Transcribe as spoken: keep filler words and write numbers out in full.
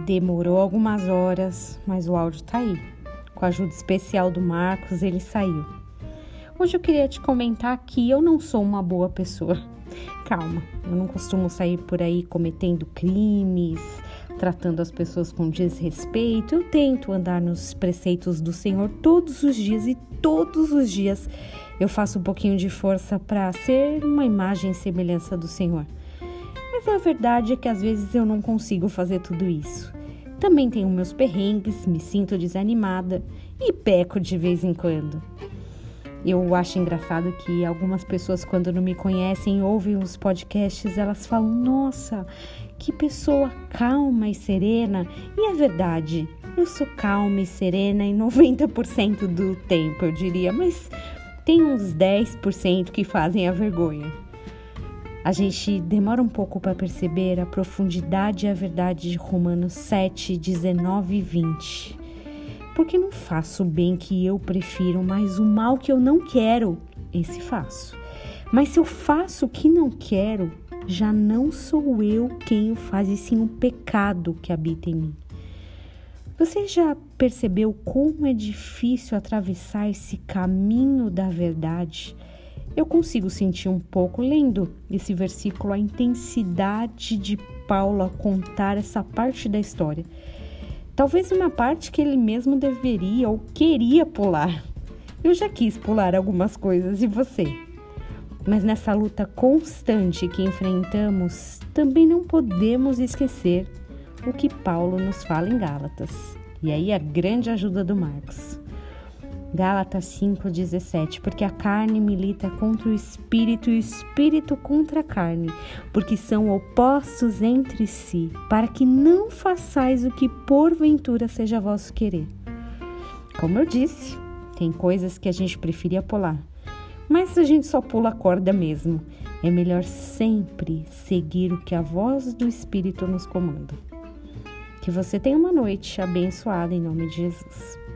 Demorou algumas horas, mas o áudio tá aí. Com a ajuda especial do Marcos, ele saiu. Hoje eu queria te comentar que eu não sou uma boa pessoa. Calma, eu não costumo sair por aí cometendo crimes, tratando as pessoas com desrespeito. Eu tento andar nos preceitos do Senhor todos os dias e todos os dias eu faço um pouquinho de força para ser uma imagem e semelhança do Senhor. Mas a verdade é que às vezes eu não consigo fazer tudo isso. Também tenho meus perrengues, me sinto desanimada e peco de vez em quando. Eu acho engraçado que algumas pessoas, quando não me conhecem, ouvem os podcasts, elas falam: nossa, que pessoa calma e serena. E é verdade, eu sou calma e serena em noventa por cento do tempo, eu diria, mas tem uns dez por cento que fazem a vergonha. A gente demora um pouco para perceber a profundidade e a verdade de Romanos sete, dezenove e vinte. Porque não faço o bem que eu prefiro, mas o mal que eu não quero, esse faço. Mas se eu faço o que não quero, já não sou eu quem o faz, e sim o pecado que habita em mim. Você já percebeu como é difícil atravessar esse caminho da verdade? Eu consigo sentir um pouco, lendo esse versículo, a intensidade de Paulo a contar essa parte da história. Talvez uma parte que ele mesmo deveria ou queria pular. Eu já quis pular algumas coisas, e você? Mas nessa luta constante que enfrentamos, também não podemos esquecer o que Paulo nos fala em Gálatas. E aí a grande ajuda do Marcos. Gálatas cinco, dezessete, porque a carne milita contra o espírito e o espírito contra a carne, porque são opostos entre si, para que não façais o que porventura seja vosso querer. Como eu disse, tem coisas que a gente preferia pular, mas a gente só pula a corda mesmo. É melhor sempre seguir o que a voz do Espírito nos comanda. Que você tenha uma noite abençoada em nome de Jesus.